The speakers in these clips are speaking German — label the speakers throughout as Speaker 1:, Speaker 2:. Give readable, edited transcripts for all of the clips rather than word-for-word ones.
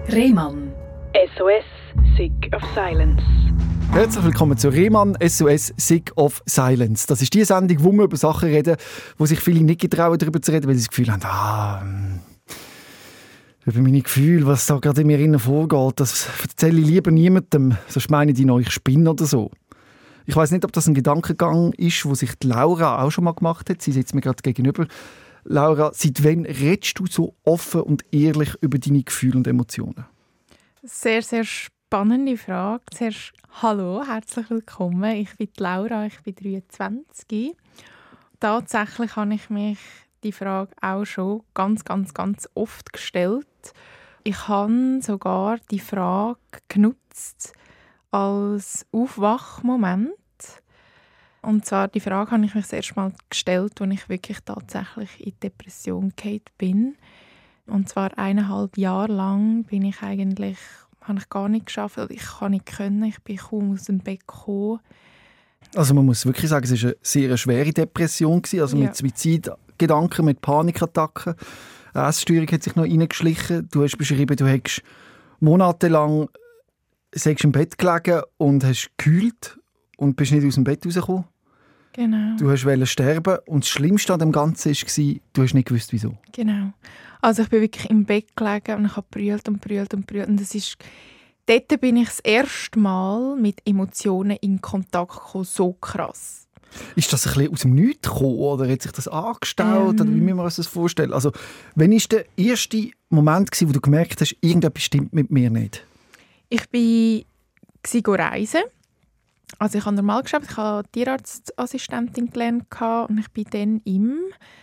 Speaker 1: Rehmann.
Speaker 2: SOS, Sick of Silence.
Speaker 3: Herzlich willkommen zu Rehmann, SOS, Sick of Silence. Das ist die Sendung, wo wir über Sachen reden, wo sich viele nicht getrauen, darüber zu reden, weil sie das Gefühl haben, über meine Gefühle, was da gerade in mir innen vorgeht, das erzähle ich lieber niemandem, sonst meinen die noch, ich spinne oder so. Ich weiss nicht, ob das ein Gedankengang ist, wo sich die Laura auch schon mal gemacht hat. Sie sitzt mir gerade gegenüber. Laura, seit wann redest du so offen und ehrlich über deine Gefühle und Emotionen?
Speaker 4: Sehr, sehr spannende Frage. Zuerst hallo, herzlich willkommen. Ich bin Laura, ich bin 23. Tatsächlich habe ich mich die Frage auch schon ganz oft gestellt. Ich habe sogar die Frage genutzt als Aufwachmoment. Und zwar die Frage habe ich mich das erste Mal gestellt, als ich wirklich tatsächlich in Depression gefallen bin. Und zwar 1,5 Jahre lang habe ich gar nicht geschafft, oder ich kann nicht können, ich bin kaum aus dem Bett gekommen.
Speaker 3: Also man muss wirklich sagen, es war eine sehr schwere Depression, also mit Suizidgedanken, mit Panikattacken. Eine Essstörung hat sich noch reingeschlichen. Du hast beschrieben, du hast monatelang im Bett gelegen und hast gekühlt und bist nicht aus dem Bett rausgekommen.
Speaker 4: Genau.
Speaker 3: Du wolltest sterben und das Schlimmste an dem Ganzen war, du hast nicht gewusst, wieso.
Speaker 4: Genau. Also ich bin wirklich im Bett gelegen und ich habe gebrüllt. Und das ist, dort bin ich das erste Mal mit Emotionen in Kontakt gekommen, so krass.
Speaker 3: Ist das ein bisschen aus dem Nichts gekommen oder hat sich das angestaut? Oder wie müssen wir uns das vorstellen? Also, wann war der erste Moment, wo du gemerkt hast, irgendetwas stimmt mit mir nicht?
Speaker 4: Ich war reisen. Also ich habe normal geschafft, ich habe Tierarztassistentin gelernt und ich bin dann im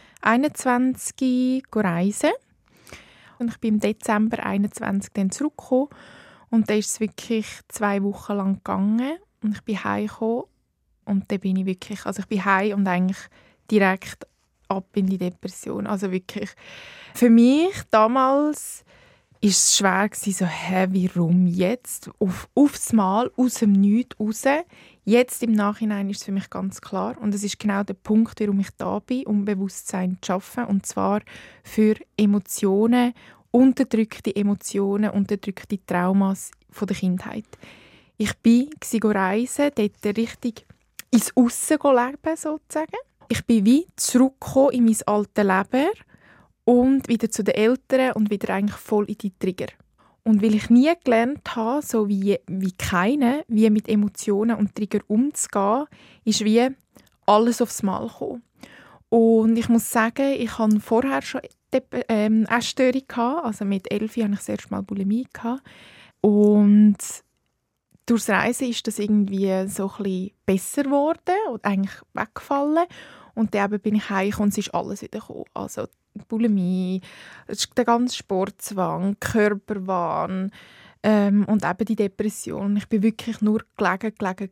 Speaker 4: 21 reisen. Und ich bin im Dezember 21 dann zurückgekommen. Und dann ist es wirklich 2 Wochen lang gegangen. Und ich bin heimgekommen. Und dann bin ich wirklich, also ich bin heim und eigentlich direkt ab in die Depression. Also wirklich, für mich damals war es schwer so, warum jetzt? Aufs Mal, aus dem Nichts raus. Jetzt im Nachhinein ist es für mich ganz klar. Und es ist genau der Punkt, warum ich da bin, um Bewusstsein zu schaffen. Und zwar für Emotionen, unterdrückte Emotionen, unterdrückte Traumas von der Kindheit. Ich bin reisen, dort richtig ins Aussen leben, sozusagen. Ich bin wie zurückgekommen in mein altes Leben und wieder zu den Eltern und wieder eigentlich voll in die Trigger. Und weil ich nie gelernt habe, so wie keine, wie mit Emotionen und Trigger umzugehen, ist wie alles aufs Mal gekommen. Und ich muss sagen, ich hatte vorher schon Essstörung gehabt. Also mit 11 hatte ich das erste Mal Bulimie gehabt. Und durchs Reisen ist das irgendwie so ein bisschen besser geworden und eigentlich weggefallen. Und dann bin ich heimgekommen und es ist alles wieder gekommen. Also Bulimie, der ganze Sportzwang, Körperwahn und eben die Depression. Ich bin wirklich nur gelegen.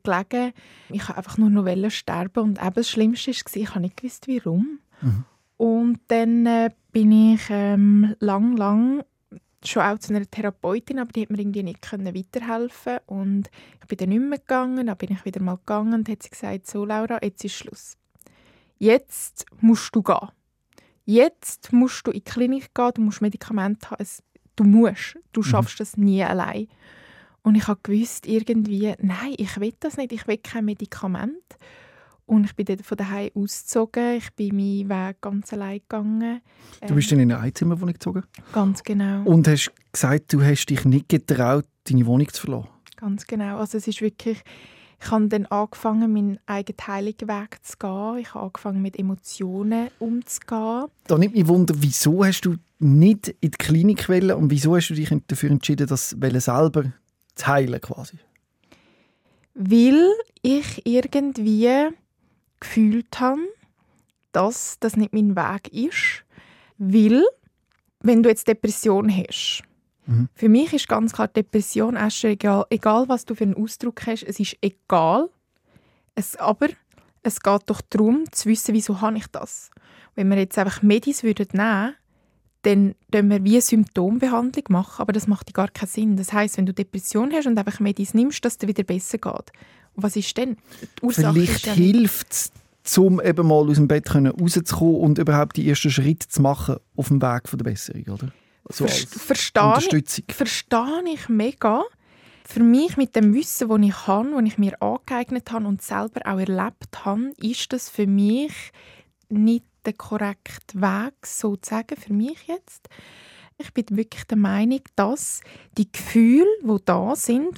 Speaker 4: Ich wollte einfach nur noch sterben. Und eben das Schlimmste war, ich habe nicht gewusst, warum. Mhm. Und dann bin ich lang schon auch zu einer Therapeutin, aber die hat mir irgendwie nicht weiterhelfen. Und ich bin dann nicht mehr gegangen, dann bin ich wieder mal gegangen und hat sie gesagt, so Laura, jetzt ist Schluss. Jetzt musst du gehen. Jetzt musst du in die Klinik gehen, du musst Medikamente haben. Du schaffst das nie allein. Und ich habe gewusst, irgendwie, nein, ich will das nicht, ich will kein Medikament. Und ich bin dann von daheim ausgezogen, ich bin meinen Weg ganz allein gegangen.
Speaker 3: Du bist dann in eine Einzimmerwohnung gezogen?
Speaker 4: Ganz genau.
Speaker 3: Und hast gesagt, du hast dich nicht getraut, deine Wohnung zu verlassen?
Speaker 4: Ganz genau. Also es ist wirklich, ich habe dann angefangen, meinen eigenen heiligen Weg zu gehen. Ich habe angefangen, mit Emotionen umzugehen.
Speaker 3: Da nimmt mich Wunder, wieso hast du nicht in die Klinik wollen und wieso hast du dich dafür entschieden, das selber zu heilen quasi?
Speaker 4: Weil ich irgendwie gefühlt habe, dass das nicht mein Weg ist. Weil, wenn du jetzt Depression hast, für mich ist ganz klar, Depression ist egal, was du für einen Ausdruck hast, es ist egal. Aber es geht doch darum, zu wissen, wieso habe ich das. Wenn wir jetzt einfach Medis nehmen würden, dann können wir wie eine Symptombehandlung machen, aber das macht gar keinen Sinn. Das heisst, wenn du Depression hast und einfach Medis nimmst, dass es dir wieder besser geht. Und was ist denn? Die Ursache
Speaker 3: vielleicht hilft es, um eben mal aus dem Bett rauszukommen und überhaupt die ersten Schritte zu machen auf dem Weg von der Besserung, oder? So als
Speaker 4: Verstehe
Speaker 3: Unterstützung.
Speaker 4: Verstehe ich mega. Für mich, mit dem Wissen, das ich habe, das ich mir angeeignet habe und selber auch erlebt habe, ist das für mich nicht der korrekte Weg, sozusagen, für mich jetzt. Ich bin wirklich der Meinung, dass die Gefühle, die da sind,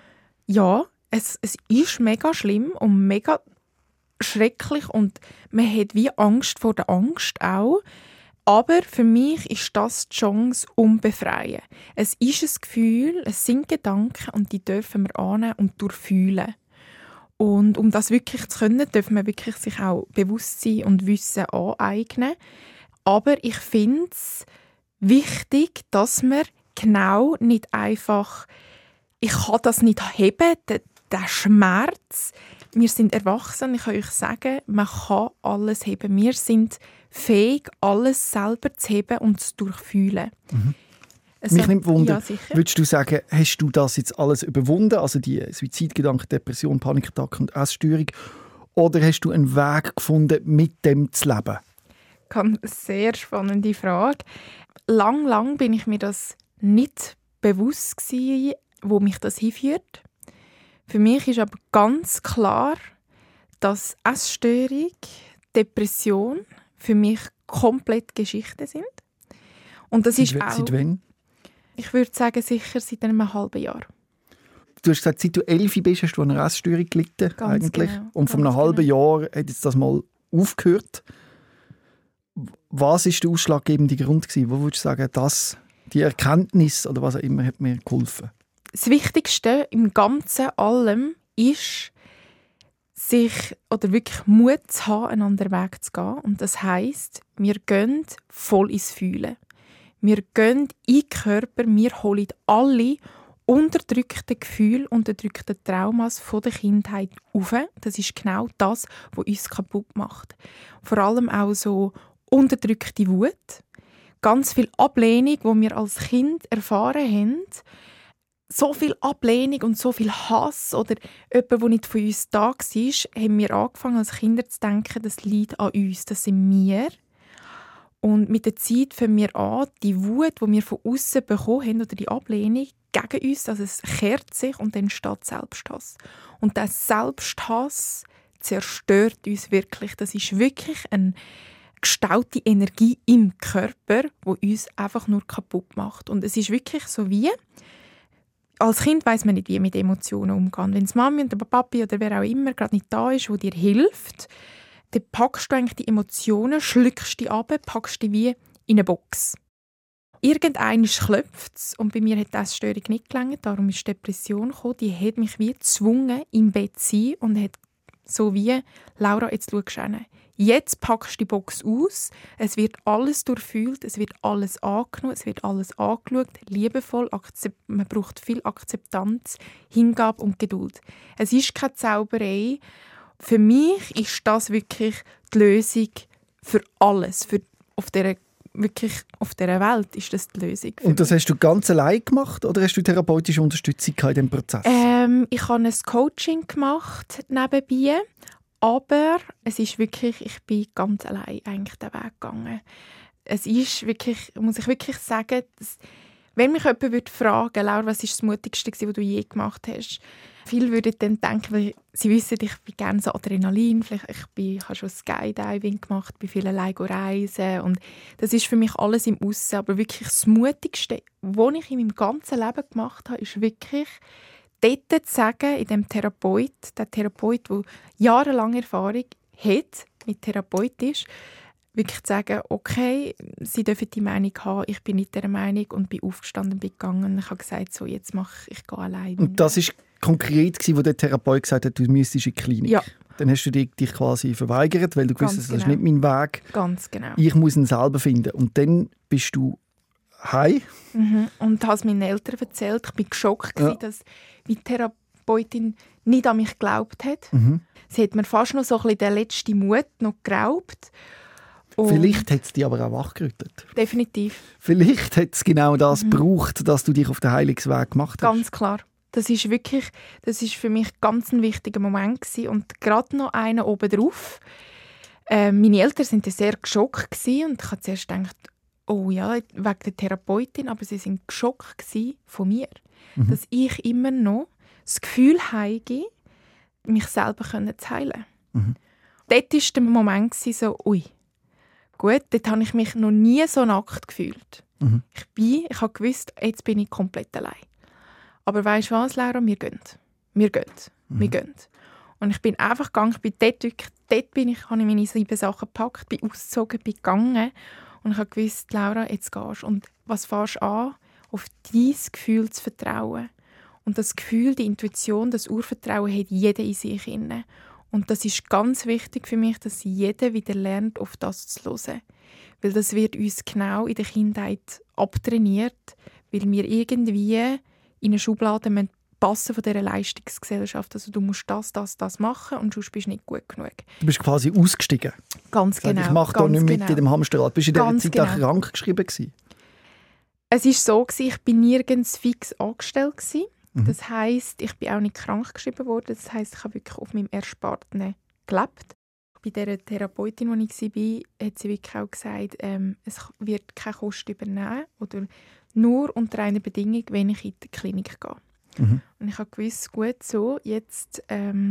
Speaker 4: es ist mega schlimm und mega schrecklich und man hat wie Angst vor der Angst auch. Aber für mich ist das die Chance, befreien. Es ist ein Gefühl, es sind Gedanken und die dürfen wir annehmen und durchfühlen. Und um das wirklich zu können, dürfen wir wirklich sich auch Bewusstsein und Wissen aneignen. Aber ich finde es wichtig, dass man genau nicht einfach, ich kann das nicht heben, der Schmerz. Wir sind erwachsen, ich kann euch sagen, man kann alles heben. Wir sind fähig, alles selber zu heben und zu durchfühlen.
Speaker 3: Mhm. Mich nimmt Wunder,
Speaker 4: ja,
Speaker 3: würdest du sagen, hast du das jetzt alles überwunden, also die Suizidgedanken, Depression, Panikattacken und Essstörung, oder hast du einen Weg gefunden, mit dem zu leben?
Speaker 4: Eine sehr spannende Frage. Lang bin ich mir das nicht bewusst gewesen, wo mich das hinführt. Für mich ist aber ganz klar, dass Essstörung, Depression für mich komplett Geschichte sind. Und das ist auch...
Speaker 3: Seit wann?
Speaker 4: Ich würde sagen, sicher seit einem halben Jahr.
Speaker 3: Du hast gesagt, seit du 11 bist, hast du an einer Essstörung gelitten.
Speaker 4: Ganz
Speaker 3: eigentlich.
Speaker 4: Genau.
Speaker 3: Und vor einem halben Jahr hat jetzt das mal aufgehört. Was war der ausschlaggebende Grund gewesen? Wo würdest du sagen, die Erkenntnis oder was auch immer hat mir geholfen?
Speaker 4: Das Wichtigste im Ganzen allem ist, sich oder wirklich Mut zu haben, einen anderen Weg zu gehen. Und das heisst, wir gehen voll ins Fühlen. Wir gehen in den Körper, wir holen alle unterdrückten Gefühle, unterdrückten Traumas von der Kindheit auf. Das ist genau das, was uns kaputt macht. Vor allem auch so unterdrückte Wut, ganz viel Ablehnung, die wir als Kind erfahren haben. So viel Ablehnung und so viel Hass oder jemand, der nicht von uns da war, haben wir angefangen, als Kinder zu denken, das liegt an uns, das sind wir. Und mit der Zeit fangen wir an, die Wut, die wir von außen bekommen haben, oder die Ablehnung gegen uns, dass es kehrt sich und dann entsteht Selbsthass. Und der Selbsthass zerstört uns wirklich. Das ist wirklich eine gestaute Energie im Körper, die uns einfach nur kaputt macht. Und es ist wirklich so wie, als Kind weiss man nicht, wie mit Emotionen umgehen. Wenn die Mami oder der Papi oder wer auch immer gerade nicht da ist, der dir hilft, dann packst du eigentlich die Emotionen, schluckst die ab, packst die wie in eine Box. Irgendwann klopft es und bei mir hat das Störung nicht gelangt, darum ist Depression gekommen. Die hat mich wie gezwungen, im Bett zu sein und hat so wie, Laura, jetzt schaust du hin. Jetzt packst du die Box aus, es wird alles durchfühlt, es wird alles angenommen, es wird alles angeschaut, liebevoll, man braucht viel Akzeptanz, Hingabe und Geduld. Es ist keine Zauberei. Für mich ist das wirklich die Lösung für alles. Auf dieser Welt ist das die Lösung.
Speaker 3: Und das hast du ganz allein gemacht oder hast du therapeutische Unterstützung in diesem Prozess?
Speaker 4: Ich habe ein Coaching gemacht nebenbei, aber es ist wirklich, ich bin ganz allein eigentlich den Weg gegangen. Es ist wirklich, muss ich wirklich sagen, wenn mich jemand fragen würde, Laura, was ist das Mutigste, was du je gemacht hast? Viele würden dann denken, weil sie wissen, ich bin gerne so Adrenalin, vielleicht ich habe schon Skydiving gemacht, bin viel allein reisen und das ist für mich alles im Aussen. Aber wirklich das Mutigste, was ich in meinem ganzen Leben gemacht habe, ist wirklich dort zu sagen, in dem Therapeut, der Therapeut, der jahrelange Erfahrung hat mit therapeutisch, wirklich zu sagen, okay, sie dürfen die Meinung haben, ich bin nicht dieser Meinung und bin aufgestanden, bin gegangen. Ich habe gesagt, so, jetzt ich gehe allein.
Speaker 3: Und das war konkret, wo der Therapeut gesagt hat, du müsstest in die Klinik.
Speaker 4: Ja.
Speaker 3: Dann hast du dich quasi verweigert, weil du gewusst hast, das ist nicht mein Weg.
Speaker 4: Ganz genau.
Speaker 3: Ich muss ihn selber finden. Und dann bist du heim.
Speaker 4: Und habe es meinen Eltern erzählt. Ich war geschockt, dass die Therapeutin nicht an mich geglaubt hat. Sie hat mir fast noch so ein bisschen den letzten Mut noch geraubt. Und
Speaker 3: vielleicht hat es dich aber auch wachgerüttelt.
Speaker 4: Definitiv.
Speaker 3: Vielleicht hat es genau das gebraucht, dass du dich auf den Heilungsweg gemacht hast.
Speaker 4: Ganz klar. Das ist für mich ganz ein wichtiger Moment gewesen. Und gerade noch einer obendrauf. Meine Eltern waren sehr geschockt gewesen und ich habe zuerst gedacht, oh ja, wegen der Therapeutin, aber sie waren geschockt von mir, dass ich immer noch das Gefühl habe, mich selber zu heilen. Dort war der Moment so, ui, gut, dort habe ich mich noch nie so nackt gefühlt. Ich habe gewusst, jetzt bin ich komplett allein. Aber weisst du was, Laura, wir gehen. Wir gehen. Und ich bin einfach gegangen, habe ich meine 7 Sachen gepackt, bin ausgezogen, bin gegangen. Und ich habe gewusst, Laura, jetzt gehst du. Und was fährst du an? Auf dein Gefühl zu vertrauen. Und das Gefühl, die Intuition, das Urvertrauen hat jeder in sich inne. Und das ist ganz wichtig für mich, dass jeder wieder lernt, auf das zu hören. Weil das wird uns genau in der Kindheit abtrainiert, weil wir irgendwie in eine Schublade passen von dieser Leistungsgesellschaft. Also du musst das machen und sonst bist du nicht gut genug.
Speaker 3: Du bist quasi ausgestiegen.
Speaker 4: Ganz genau.
Speaker 3: Ich mache da nicht mit in dem Hamsterrad. Bist du in dieser Zeit auch krank geschrieben gewesen?
Speaker 4: Es war so, ich war nirgends fix angestellt. Das heisst, ich bin auch nicht krank geschrieben worden. Das heisst, ich habe wirklich auf meinem Ersparten gelebt. Bei dieser Therapeutin, wo ich war, hat sie wirklich auch gesagt, es wird keine Kosten übernehmen oder nur unter einer Bedingung, wenn ich in die Klinik gehe. Und ich habe gewusst, gut so, jetzt,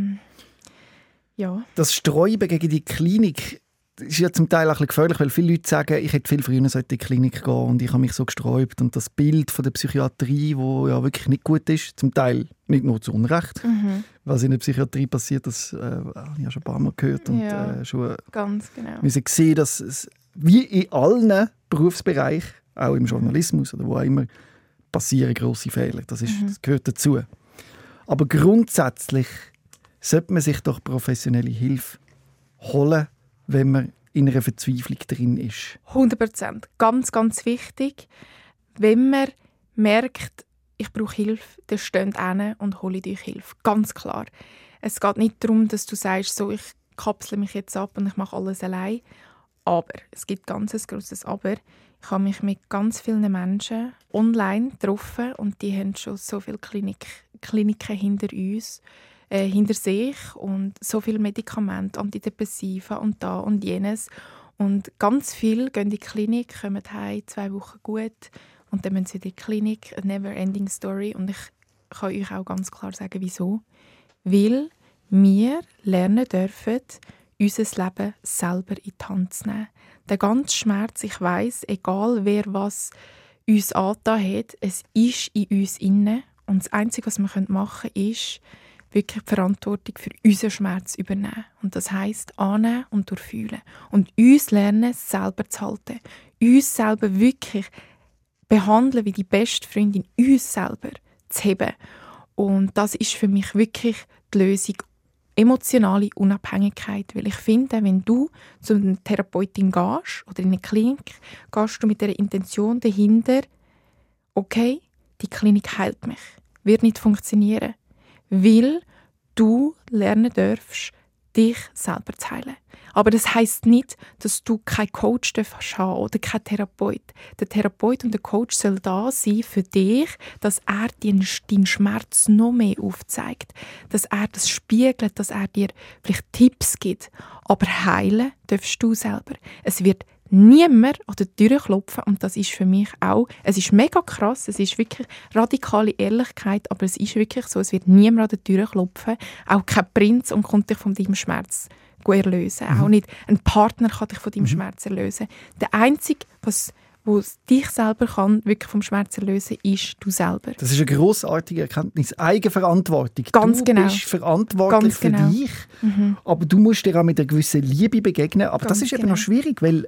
Speaker 4: ja.
Speaker 3: Das Sträuben gegen die Klinik ist ja zum Teil auch ein bisschen gefährlich, weil viele Leute sagen, ich hätte viel früher in die Klinik gehen und ich habe mich so gesträubt. Und das Bild von der Psychiatrie, das ja wirklich nicht gut ist, zum Teil nicht nur zu Unrecht. Was in der Psychiatrie passiert, das habe ich ja schon ein paar Mal gehört. Und, schon
Speaker 4: ganz genau.
Speaker 3: Wir sehen, dass es wie in allen Berufsbereichen, auch im Journalismus oder wo auch immer, passieren grosse Fehler. Das gehört dazu. Aber grundsätzlich sollte man sich doch professionelle Hilfe holen, wenn man in einer Verzweiflung drin ist.
Speaker 4: 100%. Ganz, ganz wichtig. Wenn man merkt, ich brauche Hilfe, dann steht hin und hole dir Hilfe. Ganz klar. Es geht nicht darum, dass du sagst, so, ich kapsle mich jetzt ab und ich mache alles allein. Aber, es gibt ganz ein grosses Aber. Ich habe mich mit ganz vielen Menschen online getroffen und die haben schon so viele Kliniken hinter uns, hinter sich und so viele Medikamente, Antidepressiva und da und jenes. Und ganz viele gehen in die Klinik, kommen heim, 2 Wochen gut und dann müssen sie in die Klinik. A never-ending story. Und ich kann euch auch ganz klar sagen, wieso. Weil wir lernen dürfen, unser Leben selber in die Hand zu nehmen. Der ganze Schmerz, ich weiss, egal wer was uns angetan hat, es ist in uns inne. Und das Einzige, was wir machen können, ist, wirklich die Verantwortung für unseren Schmerz übernehmen. Und das heisst, annehmen und durchfühlen. Und uns lernen, selber zu halten. Uns selber wirklich behandeln wie die beste Freundin, uns selber zu heben. Und das ist für mich wirklich die Lösung. Emotionale Unabhängigkeit. Weil ich finde, wenn du zu einer Therapeutin gehst oder in eine Klinik, gehst du mit der Intention dahinter, okay, die Klinik heilt mich. Wird nicht funktionieren. Weil du lernen darfst, dich selber zu heilen. Aber das heisst nicht, dass du keinen Coach haben oder keinen Therapeut. Der Therapeut und der Coach soll da sein für dich, dass er dir deinen Schmerz noch mehr aufzeigt. Dass er das spiegelt, dass er dir vielleicht Tipps gibt. Aber heilen darfst du selber. Es wird niemand an der Tür klopfen und das ist für mich auch, es ist mega krass, es ist wirklich radikale Ehrlichkeit, aber es ist wirklich so, es wird niemand an der Tür klopfen, auch kein Prinz und kommt dich von deinem Schmerz erlösen. Auch nicht ein Partner kann dich von deinem Schmerz erlösen. Der Einzige, was dich selber kann, wirklich vom Schmerz erlösen, ist du selber.
Speaker 3: Das ist eine grossartige Erkenntnis. Eigenverantwortung.
Speaker 4: Ganz genau.
Speaker 3: Du bist verantwortlich für dich, aber du musst dir auch mit einer gewissen Liebe begegnen. Aber das ist eben noch schwierig, weil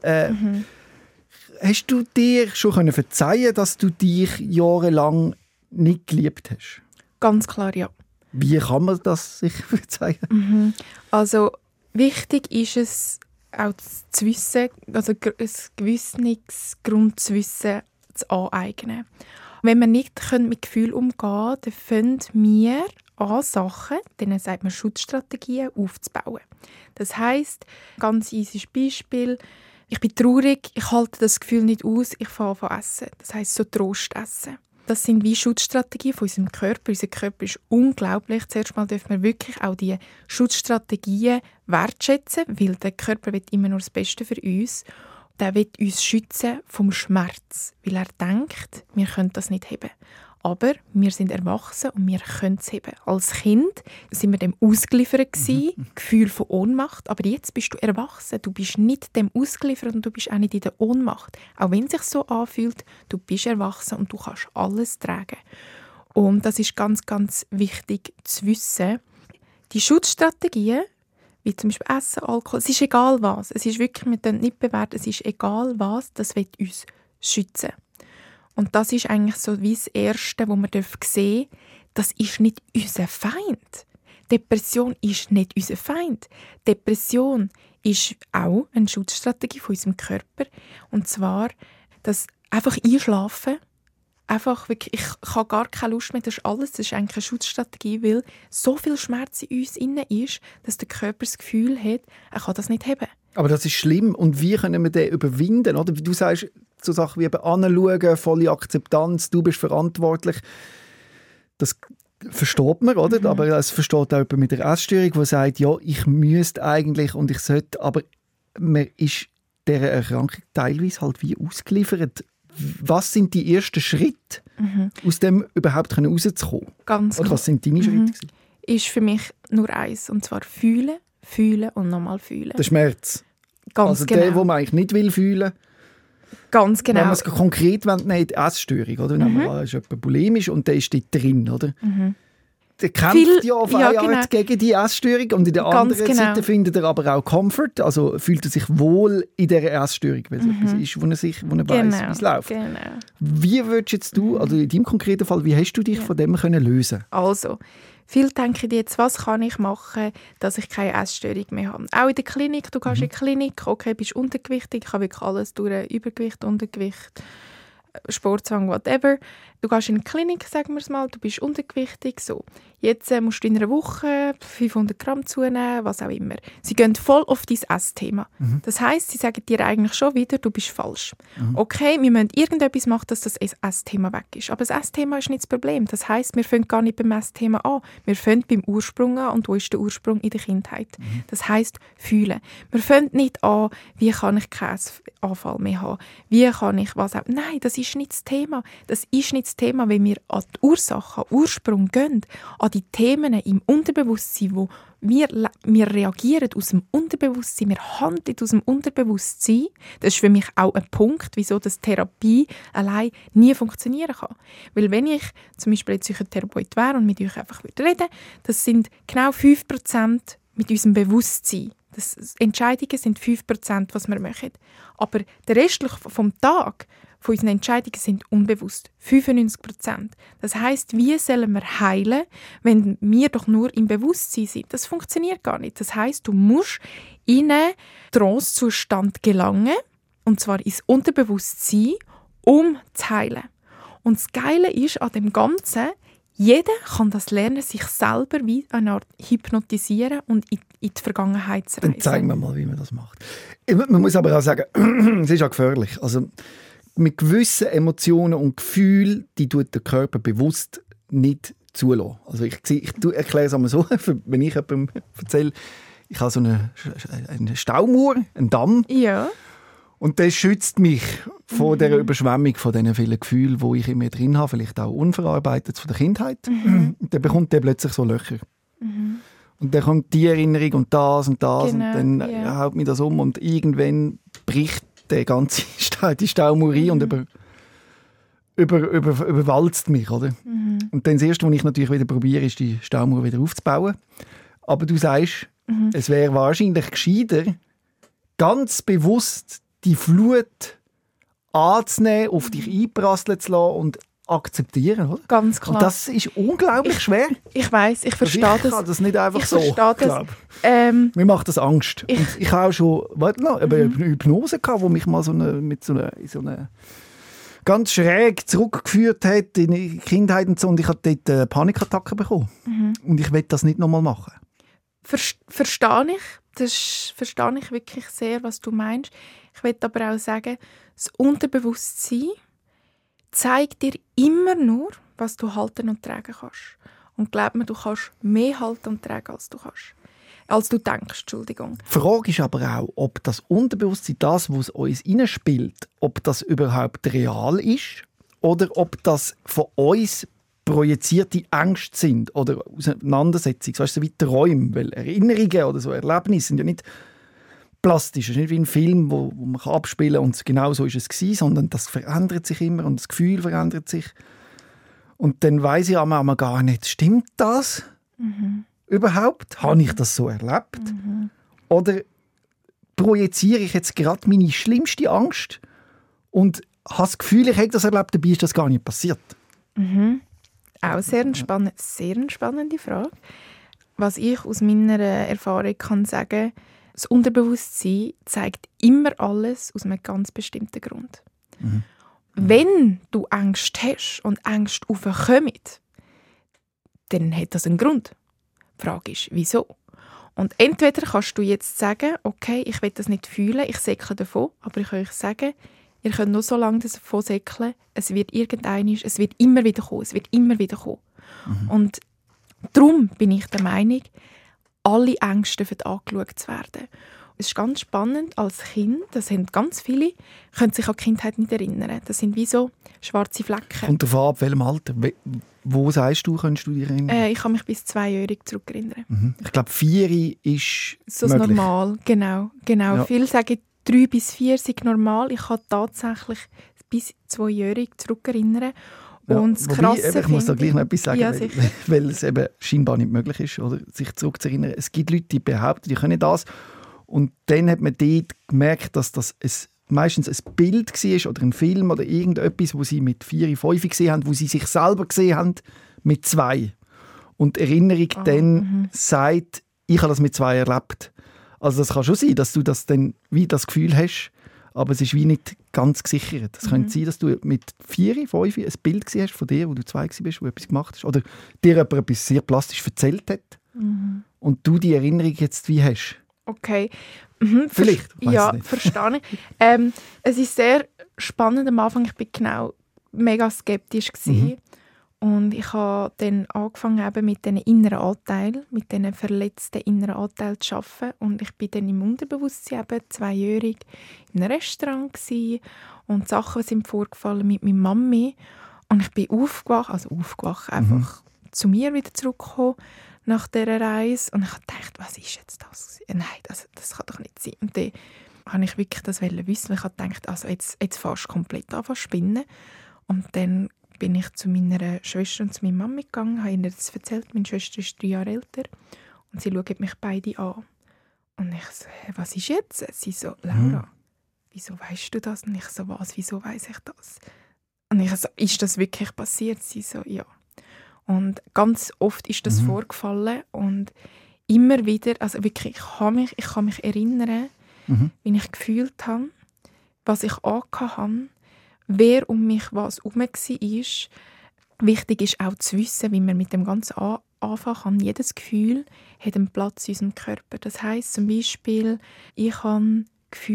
Speaker 3: hast du dir schon verzeihen können, dass du dich jahrelang nicht geliebt hast?
Speaker 4: Ganz klar, ja.
Speaker 3: Wie kann man das sich verzeihen?
Speaker 4: Also wichtig ist es, auch zu wissen, also ein gewisses Grundwissen zu aneignen. Wenn wir nicht mit Gefühl umgehen können, dann fangen wir an, Sachen, denen sagt man Schutzstrategien, aufzubauen. Das heisst, ganz easy Beispiel, ich bin traurig, ich halte das Gefühl nicht aus, ich fange an essen. Das heisst, so Trost essen. Das sind wie Schutzstrategien von unserem Körper. Unser Körper ist unglaublich. Zuerst mal dürfen wir wirklich auch die Schutzstrategien wertschätzen, weil der Körper will immer nur das Beste für uns. der will uns schützen vom Schmerz, weil er denkt, wir können das nicht heben. Aber wir sind erwachsen und wir können es heben. Als Kind sind wir dem ausgeliefert gewesen, Gefühl von Ohnmacht. Aber jetzt bist du erwachsen. Du bist nicht dem ausgeliefert und du bist auch nicht in der Ohnmacht. Auch wenn es sich so anfühlt, du bist erwachsen und du kannst alles tragen. Und das ist ganz, ganz wichtig zu wissen. Die Schutzstrategien, wie zum Beispiel Essen, Alkohol, es ist egal was. Es ist wirklich, wir können nicht bewerten, es ist egal was, das will uns schützen. Und das ist eigentlich so wie das Erste, wo man sehen darf, das ist nicht unser Feind. Depression ist nicht unser Feind. Depression ist auch eine Schutzstrategie von unserem Körper. Und zwar, das einfach einschlafen, einfach wirklich, ich habe gar keine Lust mehr, das ist alles, das ist eigentlich eine Schutzstrategie, weil so viel Schmerz in uns innen ist, dass der Körper das Gefühl hat, er kann das nicht haben.
Speaker 3: Aber das ist schlimm. Und wie können wir den überwinden? Oder? Du sagst so Sachen wie eben anschauen, volle Akzeptanz, du bist verantwortlich. Das versteht man, oder? Aber es versteht auch jemand mit der Essstörung, der sagt, ja, ich müsste eigentlich und ich sollte, aber man ist dieser Erkrankung teilweise halt wie ausgeliefert. Was sind die ersten Schritte, aus dem überhaupt rauszukommen?
Speaker 4: Ganz
Speaker 3: oder was sind deine Schritte?
Speaker 4: Ist für mich nur eins, und zwar fühlen, fühlen und nochmal fühlen.
Speaker 3: Der Schmerz.
Speaker 4: Ganz
Speaker 3: also
Speaker 4: genau.
Speaker 3: der, den man eigentlich nicht will fühlen.
Speaker 4: Ganz genau.
Speaker 3: Wenn man es konkret nennt, die Essstörung. Oder? Wenn man ist jemand bulimisch und der ist dort drin. Oder? Der kämpft ja auf eine Art gegen die Essstörung und in der anderen Seite findet er aber auch Comfort. Also fühlt er sich wohl in dieser Essstörung, weil es etwas ist, wo er weiss, wie es läuft.
Speaker 4: Genau.
Speaker 3: Wie würdest jetzt du, also in deinem konkreten Fall, wie hast du dich von dem können lösen?
Speaker 4: Also, viele denken jetzt, was kann ich machen, dass ich keine Essstörung mehr habe. Auch in der Klinik, du gehst in die Klinik, okay, bist untergewichtig, ich habe wirklich alles durch, Übergewicht, Untergewicht, Sportzwang, whatever. Du gehst in die Klinik, sagen wir es mal, du bist untergewichtig, so. Jetzt musst du in einer Woche 500 Gramm zunehmen, was auch immer. Sie gehen voll auf dein Essthema. Das heisst, sie sagen dir eigentlich schon wieder, du bist falsch. Okay, wir müssen irgendetwas machen, dass das Essthema weg ist. Aber das Essthema ist nicht das Problem. Das heisst, wir fangen gar nicht beim Essthema an. Wir fangen beim Ursprung an. Und wo ist der Ursprung? In der Kindheit. Das heisst, fühlen. Wir fangen nicht an, wie kann ich keinen Anfall mehr haben? Wie kann ich was auch? Nein, das ist nicht das Thema. Das ist nicht das Thema, wenn wir an die Ursache, an den Ursprung gehen, an die Themen im Unterbewusstsein, wo wir reagieren aus dem Unterbewusstsein, wir handeln aus dem Unterbewusstsein. Das ist für mich auch ein Punkt, wieso das Therapie allein nie funktionieren kann. Weil wenn ich zum Beispiel Psychotherapeut wäre und mit euch einfach reden würde, das sind genau 5% mit unserem Bewusstsein. Entscheidungen sind 5%, was wir machen. Aber der Rest vom Tag von unseren Entscheidungen sind unbewusst. 95%. Das heisst, wie sollen wir heilen, wenn wir doch nur im Bewusstsein sind? Das funktioniert gar nicht. Das heisst, du musst in einen Trance-Zustand gelangen, und zwar ins Unterbewusstsein, um zu heilen. Und das Geile ist an dem Ganzen, jeder kann das lernen, sich selber wie eine Art hypnotisieren und in die Vergangenheit zu reisen.
Speaker 3: Dann zeigen wir mal, wie man das macht. Man muss aber auch sagen, es ist auch gefährlich. Also mit gewissen Emotionen und Gefühlen, die tut der Körper bewusst nicht zulassen. Also ich erkläre es einmal so, wenn ich jemandem erzähle, ich habe so eine Staumauer, einen Damm.
Speaker 4: Ja.
Speaker 3: Und das schützt mich vor dieser Überschwemmung, von diesen vielen Gefühlen, die ich in mir drin habe, vielleicht auch unverarbeitet von der Kindheit. Und dann bekommt der plötzlich so Löcher. Und dann kommt die Erinnerung und das und das
Speaker 4: Genau,
Speaker 3: und dann haut mich das um und irgendwann bricht die ganze die Staumauer ein und überwalzt mich. Oder? Und dann das Erste, was ich natürlich wieder probiere, ist, die Staumauer wieder aufzubauen. Aber du sagst, es wäre wahrscheinlich gescheiter, ganz bewusst die Flut anzunehmen, auf dich einprasseln zu lassen und akzeptieren, oder?
Speaker 4: Ganz klar.
Speaker 3: Und das ist unglaublich schwer.
Speaker 4: Ich weiss, ich verstehe das.
Speaker 3: Ich kann das nicht einfach
Speaker 4: ich
Speaker 3: so.
Speaker 4: Verstehe das.
Speaker 3: Mir macht das Angst. Und ich habe auch schon eine Hypnose gehabt, die mich mal mit so einer ganz schräg zurückgeführt hat in die Kindheit und so. Und ich habe dort eine Panikattacke bekommen. Und ich will das nicht nochmal machen.
Speaker 4: Verstehe ich. Das verstehe ich wirklich sehr, was du meinst. Ich will aber auch sagen, das Unterbewusstsein zeigt dir immer nur, was du halten und tragen kannst. Und glaub mir, du kannst mehr halten und tragen, als du kannst. als du denkst. Entschuldigung.
Speaker 3: Die Frage ist aber auch, ob das Unterbewusstsein, das, was uns hineinspielt, ob das überhaupt real ist oder ob das von uns projizierte Ängste sind oder Auseinandersetzungen, weißt du, so wie Träume, weil Erinnerungen oder so Erlebnisse sind ja nicht plastisch, es ist nicht wie ein Film, wo man abspielen kann und genau so ist es gewesen, sondern das verändert sich immer und das Gefühl verändert sich. Und dann weiss ich einmal gar nicht, stimmt das überhaupt? Habe ich das so erlebt? Oder projiziere ich jetzt gerade meine schlimmste Angst und habe das Gefühl, ich hätte das erlebt, dabei ist das gar nicht passiert?
Speaker 4: Auch sehr eine spannende Frage. Was ich aus meiner Erfahrung kann sagen, das Unterbewusstsein zeigt immer alles aus einem ganz bestimmten Grund. Wenn du Angst hast und Ängste aufkommen, dann hat das einen Grund. Die Frage ist, wieso? Und entweder kannst du jetzt sagen, okay, ich will das nicht fühlen, ich säckle davon, aber ich kann euch sagen, ihr könnt nur so lange davon säckeln, es wird immer wieder kommen, Und darum bin ich der Meinung, alle Ängste dürfen angeschaut zu werden. Es ist ganz spannend, als Kind, das haben ganz viele, können sich an die Kindheit nicht erinnern. Das sind wie so schwarze Flecken.
Speaker 3: Und davon ab welchem Alter? Wo sagst du, könntest du dich erinnern?
Speaker 4: Ich kann mich bis 2-jährig zurückerinnern.
Speaker 3: Ich glaube, 4 ist
Speaker 4: so
Speaker 3: möglich.
Speaker 4: Normal, genau. Ja. Viele sagen, 3 bis 4 sind normal. Ich kann tatsächlich bis 2-jährig zurückerinnern.
Speaker 3: Ja,
Speaker 4: und das Krasse
Speaker 3: ich muss da gleich noch etwas sagen,
Speaker 4: ja,
Speaker 3: weil es eben scheinbar nicht möglich ist, oder, sich zurückzuerinnern. Es gibt Leute, die behaupten, die können das. Und dann hat man dort gemerkt, dass das meistens ein Bild war oder ein Film oder irgendetwas, wo sie mit 4, 5 gesehen haben, wo sie sich selber gesehen haben mit 2. Und die Erinnerung dann sagt, ich habe das mit 2 erlebt. Also das kann schon sein, dass du das dann wie das Gefühl hast, aber es ist wie nicht ganz gesichert. Es könnte sein, dass du mit 4, 5 ein Bild gesehen hast von dir, wo du 2 warst, wo etwas gemacht hast. Oder dir jemand etwas sehr plastisch erzählt hat. Und du die Erinnerung jetzt wie hast.
Speaker 4: Okay.
Speaker 3: Vielleicht.
Speaker 4: Ja, verstehe ich. Es ist sehr spannend am Anfang. Ich war genau mega skeptisch gewesen. Und ich habe dann angefangen eben mit diesen inneren Anteilen, mit diesen verletzten inneren Anteilen zu arbeiten. Und ich war dann im Unterbewusstsein eben 2-jährig in einem Restaurant gewesen. Und Sachen sind vorgefallen mit meiner Mami. Und ich bin aufgewacht, einfach zu mir wieder zurückgekommen nach dieser Reise. Und ich habe gedacht, was ist jetzt das? Nein, das kann doch nicht sein. Und dann wollte ich wirklich das wissen. Ich habe gedacht, also jetzt fährst du komplett an zu spinnen. Und dann bin ich zu meiner Schwester und zu meiner Mami gegangen, habe ihnen das erzählt. Meine Schwester ist 3 Jahre älter. Und sie schauen mich beide an. Und ich so, was ist jetzt? Sie so, Laura, wieso weißt du das? Und ich so, was, wieso weiss ich das? Und ich so, ist das wirklich passiert? Sie so, ja. Und ganz oft ist das vorgefallen und immer wieder, also wirklich, ich kann mich erinnern, wie ich gefühlt habe, was ich angehabt habe, wer um mich was herum war. Wichtig ist auch zu wissen, wie man mit dem Ganzen anfangen kann. Jedes Gefühl hat einen Platz in unserem Körper. Das heisst zum Beispiel, ich habe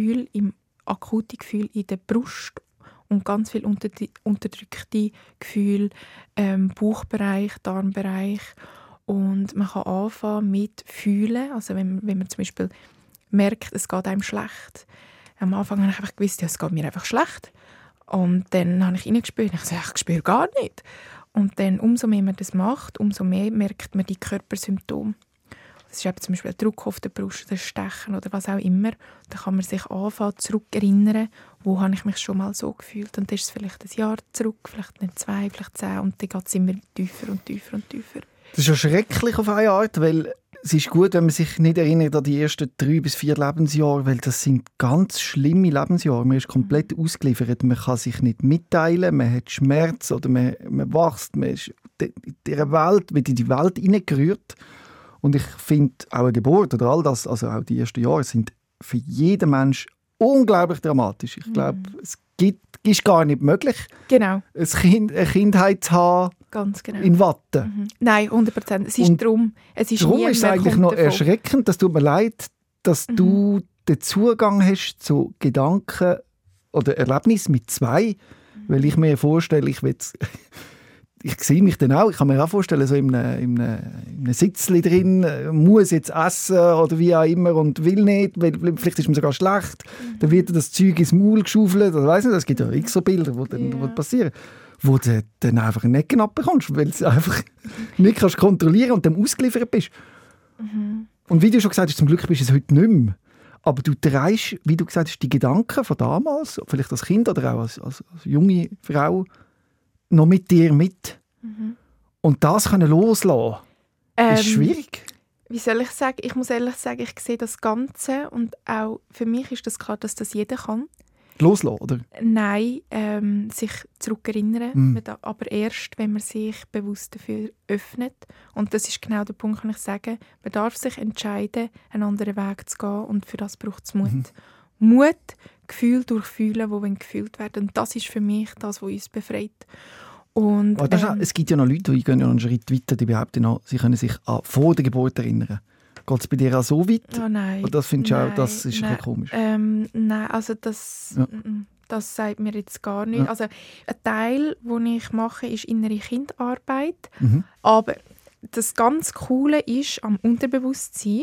Speaker 4: akute Gefühle in der Brust und ganz viel unterdrückte Gefühle im Bauchbereich, Darmbereich. Und man kann anfangen mit Fühlen. Also wenn man zum Beispiel merkt, es geht einem schlecht. Am Anfang habe ich einfach gewusst, ja, es geht mir einfach schlecht. Und dann habe ich reingespürt. Ich sage, ich spüre gar nicht. Und dann, umso mehr man das macht, umso mehr merkt man die Körpersymptome. Das ist eben zum Beispiel Druck auf der Brust, das Stechen oder was auch immer. Da kann man sich anfangen, zurückerinnern, wo habe ich mich schon mal so gefühlt. Und dann ist es vielleicht ein Jahr zurück, vielleicht nicht 2, vielleicht 10. Und dann geht es immer tiefer und tiefer und tiefer.
Speaker 3: Das ist ja schrecklich auf eine Art, weil es ist gut, wenn man sich nicht erinnert an die ersten 3 bis 4 Lebensjahre, weil das sind ganz schlimme Lebensjahre. Man ist komplett ausgeliefert, man kann sich nicht mitteilen, man hat Schmerz oder man wächst, man ist in dieser Welt, wird in die Welt hineingerührt. Und ich finde, auch eine Geburt oder all das, also auch die ersten Jahre, sind für jeden Menschen unglaublich dramatisch. Ich glaube, es ist gar nicht möglich,
Speaker 4: genau.
Speaker 3: eine Kindheit zu haben.
Speaker 4: Ganz genau.
Speaker 3: In Watte.
Speaker 4: Nein, 100%. Es ist darum.
Speaker 3: Darum ist es eigentlich noch erschreckend, das tut mir leid, dass du den Zugang hast zu Gedanken oder Erlebnissen mit 2, weil ich mir vorstelle, ich sehe mich dann auch, ich kann mir auch vorstellen, so in einem Sitzli drin, muss jetzt essen oder wie auch immer und will nicht, weil vielleicht ist mir sogar schlecht, dann wird das Zeug ins Maul geschaufelt, oder weiss nicht, es gibt ja x so Bilder, die dann passieren, wo du dann einfach einen Necken abbekommst, weil du es einfach nicht kannst kontrollieren und dann ausgeliefert bist. Und wie du schon gesagt hast, zum Glück bist du es heute nicht mehr. Aber du trägst, wie du gesagt hast, die Gedanken von damals, vielleicht als Kind oder auch als junge Frau, noch mit dir mit. Und das können loslassen, ist schwierig.
Speaker 4: Wie soll ich sagen? Ich muss ehrlich sagen, ich sehe das Ganze und auch für mich ist das klar, dass das jeder kann.
Speaker 3: Loslassen, oder?
Speaker 4: Nein, sich zurückerinnern, aber erst, wenn man sich bewusst dafür öffnet. Und das ist genau der Punkt, den ich sage, man darf sich entscheiden, einen anderen Weg zu gehen und für das braucht es Mut. Mut, Gefühle durchfühlen, die gefühlt werden. Und das ist für mich das, was uns befreit. Und,
Speaker 3: es gibt ja noch Leute, die gehen ja noch einen Schritt weiter, die behaupten noch, sie können sich an vor der Geburt erinnern. Geht es bei dir auch so weit?
Speaker 4: Oh nein.
Speaker 3: Oder das findest du auch, das ist ein bisschen komisch?
Speaker 4: Nein, also das sagt mir jetzt gar nicht. Ja. Also ein Teil, den ich mache, ist innere Kindarbeit. Aber das ganz Coole ist am Unterbewusstsein,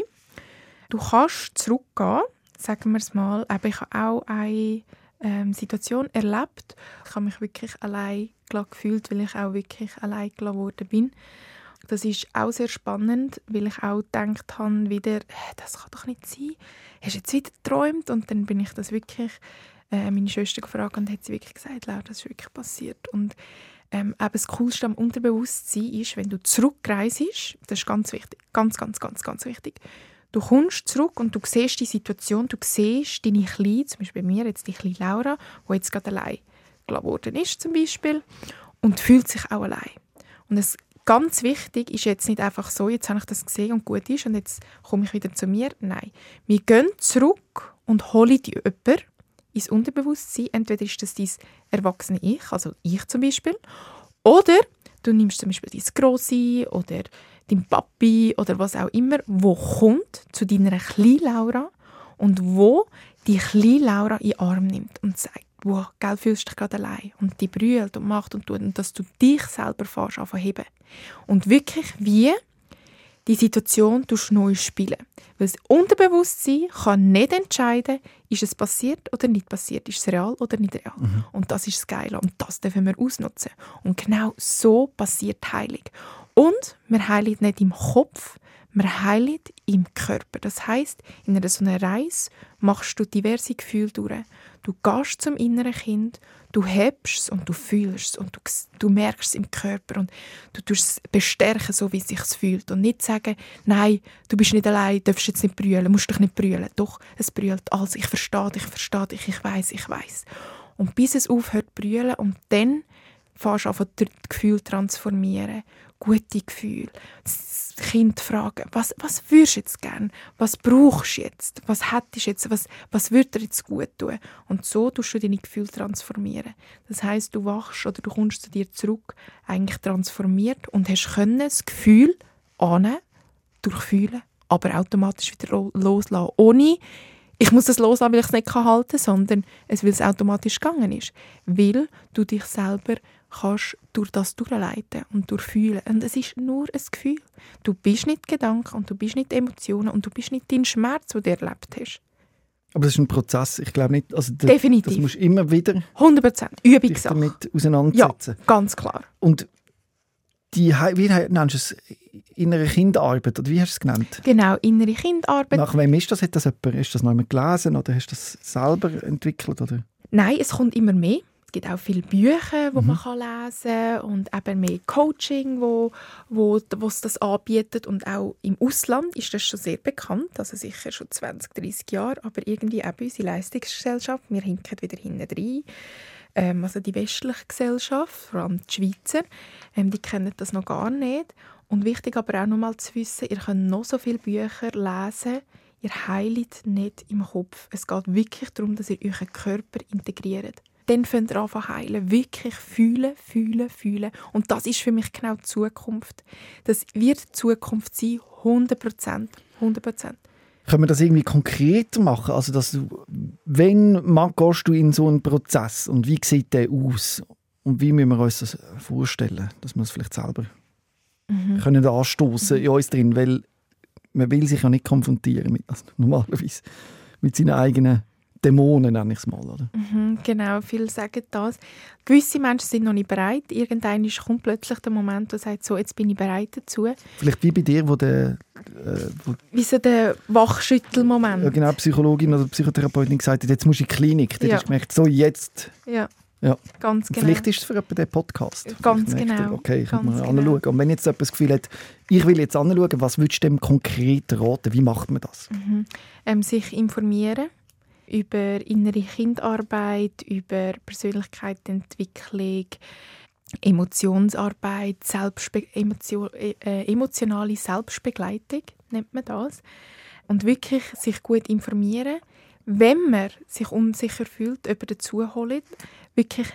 Speaker 4: du kannst zurückgehen, sagen wir es mal, aber ich habe auch eine Situation erlebt. Ich habe mich wirklich allein gefühlt, weil ich auch wirklich allein gelassen worden bin. Das ist auch sehr spannend, weil ich auch gedacht habe, wieder, das kann doch nicht sein. Hast du jetzt wieder geträumt? Und dann bin ich das wirklich meine Schwester gefragt und hat sie wirklich gesagt, Laura, das ist wirklich passiert. Und eben das Coolste am Unterbewusstsein ist, wenn du zurückreist, das ist ganz wichtig, ganz, ganz, ganz, ganz wichtig. Du kommst zurück und du siehst die Situation, du siehst deine Kleine, zum Beispiel bei mir jetzt die kleine Laura, die jetzt gerade allein gelassen worden ist zum Beispiel und fühlt sich auch allein. Und es ganz wichtig ist jetzt nicht einfach so, jetzt habe ich das gesehen und gut ist und jetzt komme ich wieder zu mir. Nein, wir gehen zurück und holen dir jemanden ins Unterbewusstsein. Entweder ist das dein erwachsene Ich, also ich zum Beispiel, oder du nimmst zum Beispiel dein Grossi oder dein Papi oder was auch immer, wo kommt zu deiner kleinen Laura und wo die kleine Laura in den Arm nimmt und sagt, wow, gell, fühlst dich gerade allein und die brüllt und macht und tut und dass du dich selber fährst anfangen heben. Und wirklich wie die Situation neu spielen. Weil das Unterbewusstsein kann nicht entscheiden, ist es passiert oder nicht passiert, ist es real oder nicht real. Und das ist das Geile und das dürfen wir ausnutzen. Und genau so passiert Heilung. Und wir heilen nicht im Kopf, wir heilen im Körper. Das heisst, in einer so einer Reise machst du diverse Gefühle durch. Du gehst zum inneren Kind, du hebst es und du fühlst es und du merkst es im Körper und du tust es bestärken, so wie es sich fühlt. Und nicht sagen, nein, du bist nicht allein, du darfst jetzt nicht brüllen, musst dich nicht brüllen. Doch, es brüllt alles, ich verstehe dich, ich weiss. Und bis es aufhört zu brüllen und dann fährst du an, das Gefühl transformieren. Gute Gefühle. Das Kind fragen, was würdest du jetzt gerne? Was brauchst du jetzt? Was hättest du jetzt? Was würde dir jetzt gut tun? Und so tust du deine Gefühle transformieren. Das heisst, du wachst oder du kommst zu dir zurück, eigentlich transformiert und hast können das Gefühl annehmen, durchfühlen, aber automatisch wieder loslassen. Ohne, ich muss das loslassen, weil ich es nicht halten kann, sondern weil es automatisch gegangen ist. Weil du dich selber kannst durch das durchleiten und durchfühlen. Und es ist nur ein Gefühl. Du bist nicht Gedanken und du bist nicht Emotionen und du bist nicht dein Schmerz, den du erlebt hast.
Speaker 3: Aber das ist ein Prozess, ich glaube nicht. Also
Speaker 4: definitiv.
Speaker 3: Das musst du immer wieder
Speaker 4: 100% Übungssache.
Speaker 3: Damit auseinandersetzen.
Speaker 4: Ja, ganz klar.
Speaker 3: Und wie nennst du es? Innere Kindarbeit, oder wie hast du es genannt?
Speaker 4: Genau, innere Kindarbeit.
Speaker 3: Nach wem ist das? Hat das jemand? Hast du das noch einmal gelesen oder hast du das selber entwickelt? Oder?
Speaker 4: Nein, es kommt immer mehr. Es gibt auch viele Bücher, die man lesen kann und eben mehr Coaching, wo das anbietet. Und auch im Ausland ist das schon sehr bekannt, also sicher schon 20, 30 Jahre, aber irgendwie auch bei unserer Leistungsgesellschaft, wir hinken wieder hinten rein. Also die westliche Gesellschaft, vor allem die Schweizer, die kennen das noch gar nicht. Und wichtig aber auch noch mal zu wissen, ihr könnt noch so viele Bücher lesen, ihr heilt nicht im Kopf. Es geht wirklich darum, dass ihr euren Körper integriert. Dann könnt ihr anfangen heilen. Wirklich fühlen. Und das ist für mich genau die Zukunft. Das wird die Zukunft sein, 100%. 100%.
Speaker 3: Können wir das irgendwie konkreter machen? Also, gehst du in so einen Prozess und wie sieht der aus? und wie müssen wir uns das vorstellen, dass wir das vielleicht selber können anstoßen in uns drin, weil man will sich ja nicht konfrontieren mit, also normalerweise mit seinen eigenen Dämonen, nenne ich es mal. Oder?
Speaker 4: Genau, viele sagen das. Gewisse Menschen sind noch nicht bereit. Irgendwann kommt plötzlich der Moment, wo sagt, so, jetzt bin ich bereit dazu.
Speaker 3: Vielleicht wie bei dir,
Speaker 4: wie so der Wachschüttelmoment.
Speaker 3: Ja, genau, Psychologin oder Psychotherapeutin gesagt hat, jetzt musst du in die Klinik. Dann hast du gemerkt, so jetzt.
Speaker 4: Ja, ganz genau.
Speaker 3: Vielleicht ist es für jemanden der Podcast.
Speaker 4: Ganz genau.
Speaker 3: Okay, ich kann mal anschauen. Und wenn jetzt jemand das Gefühl hat, ich will jetzt anschauen, was würdest du dem konkret raten? Wie macht man das?
Speaker 4: Sich informieren über innere Kindarbeit, über Persönlichkeitsentwicklung, Emotionsarbeit, emotionale Selbstbegleitung nennt man das. Und wirklich sich gut informieren. Wenn man sich unsicher fühlt, jemanden dazu holen, wirklich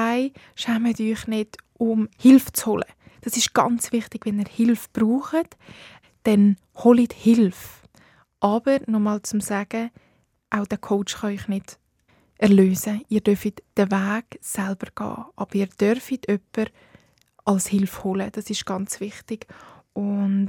Speaker 4: schämt euch nicht, um Hilfe zu holen. Das ist ganz wichtig, wenn ihr Hilfe braucht, dann holt Hilfe. Aber, nochmal zum Sagen, auch der Coach kann euch nicht erlösen. Ihr dürft den Weg selber gehen, aber ihr dürft jemanden als Hilfe holen. Das ist ganz wichtig. Und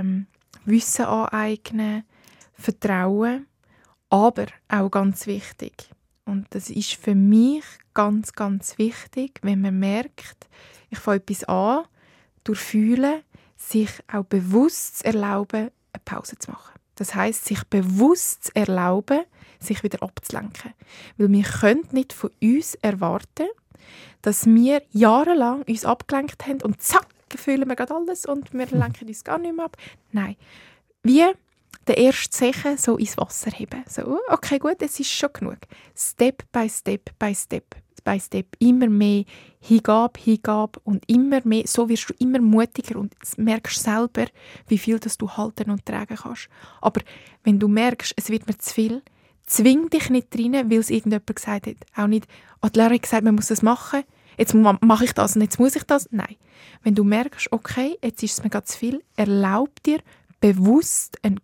Speaker 4: Wissen aneignen, Vertrauen, aber auch ganz wichtig. Und das ist für mich ganz, ganz wichtig, wenn man merkt, ich fange etwas an, durch Fühlen, sich auch bewusst zu erlauben, eine Pause zu machen. Das heisst, sich bewusst zu erlauben, sich wieder abzulenken. Weil wir können nicht von uns erwarten, dass wir jahrelang uns abgelenkt haben und zack, fühlen wir gerade alles und wir lenken uns gar nicht mehr ab. Nein, wie den ersten Zechen so ins Wasser heben. So, okay, gut, es ist schon genug. Step by Step by Step by Step. Immer mehr Hingabe und immer mehr. So wirst du immer mutiger und merkst selber, wie viel das du halten und tragen kannst. Aber wenn du merkst, es wird mir zu viel, zwing dich nicht rein, weil es irgendjemand gesagt hat. Auch nicht, die Lehrerin hat gesagt, man muss das machen. Jetzt mache ich das und jetzt muss ich das. Nein. Wenn du merkst, okay, jetzt ist es mir gerade zu viel, erlaub dir, bewusst eine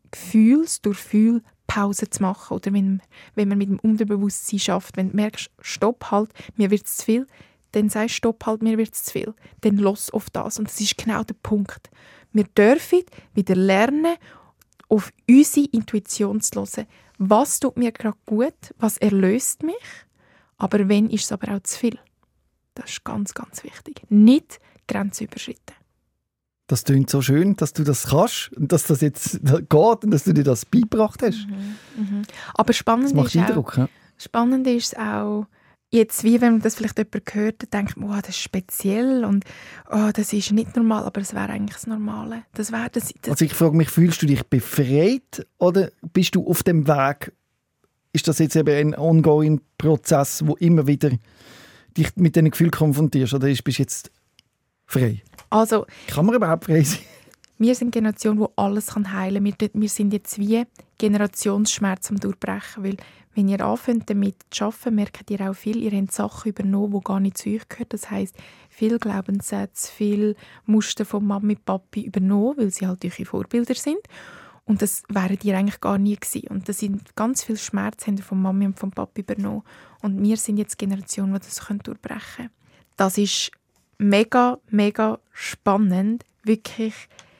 Speaker 4: Gefühlspause zu machen. Oder wenn man mit dem Unterbewusstsein schafft, wenn du merkst, stopp halt, mir wird es zu viel, dann sagst stopp halt, mir wird es zu viel. Dann los auf das. Und das ist genau der Punkt. Wir dürfen wieder lernen, auf unsere Intuition zu hören. Was tut mir gerade gut? Was erlöst mich? Aber wenn ist es aber auch zu viel? Das ist ganz, ganz wichtig. Nicht Grenzen überschreiten.
Speaker 3: Das klingt so schön, dass du das kannst und dass das jetzt geht und dass du dir das beigebracht hast.
Speaker 4: Aber spannend
Speaker 3: das macht Eindruck, ja.
Speaker 4: Spannend ist auch, jetzt, wie wenn man das vielleicht jemand hört, dann denkt man, das ist speziell und das ist nicht normal, aber es wäre eigentlich das Normale. Also
Speaker 3: ich frage mich, fühlst du dich befreit oder bist du auf dem Weg? Ist das jetzt eben ein ongoing Prozess, wo immer wieder dich mit diesen Gefühlen konfrontierst oder bist du jetzt frei?
Speaker 4: Also,
Speaker 3: kann man überhaupt frei sein?
Speaker 4: Wir sind eine Generation, die alles heilen kann. Wir sind jetzt wie Generationsschmerz am Durchbrechen. Weil, wenn ihr anfängt damit zu arbeiten, merkt ihr auch viel, ihr habt Sachen übernommen, die gar nicht zu euch gehören. Das heisst, viele Glaubenssätze, viele Muster von Mami und Papi übernommen, weil sie halt eure Vorbilder sind. Und das wären die eigentlich gar nie gewesen. Und das sind ganz viele Schmerzen von Mami und von Papi übernommen. Und wir sind jetzt die Generation, die das durchbrechen können. Das ist mega, mega spannend. Wirklich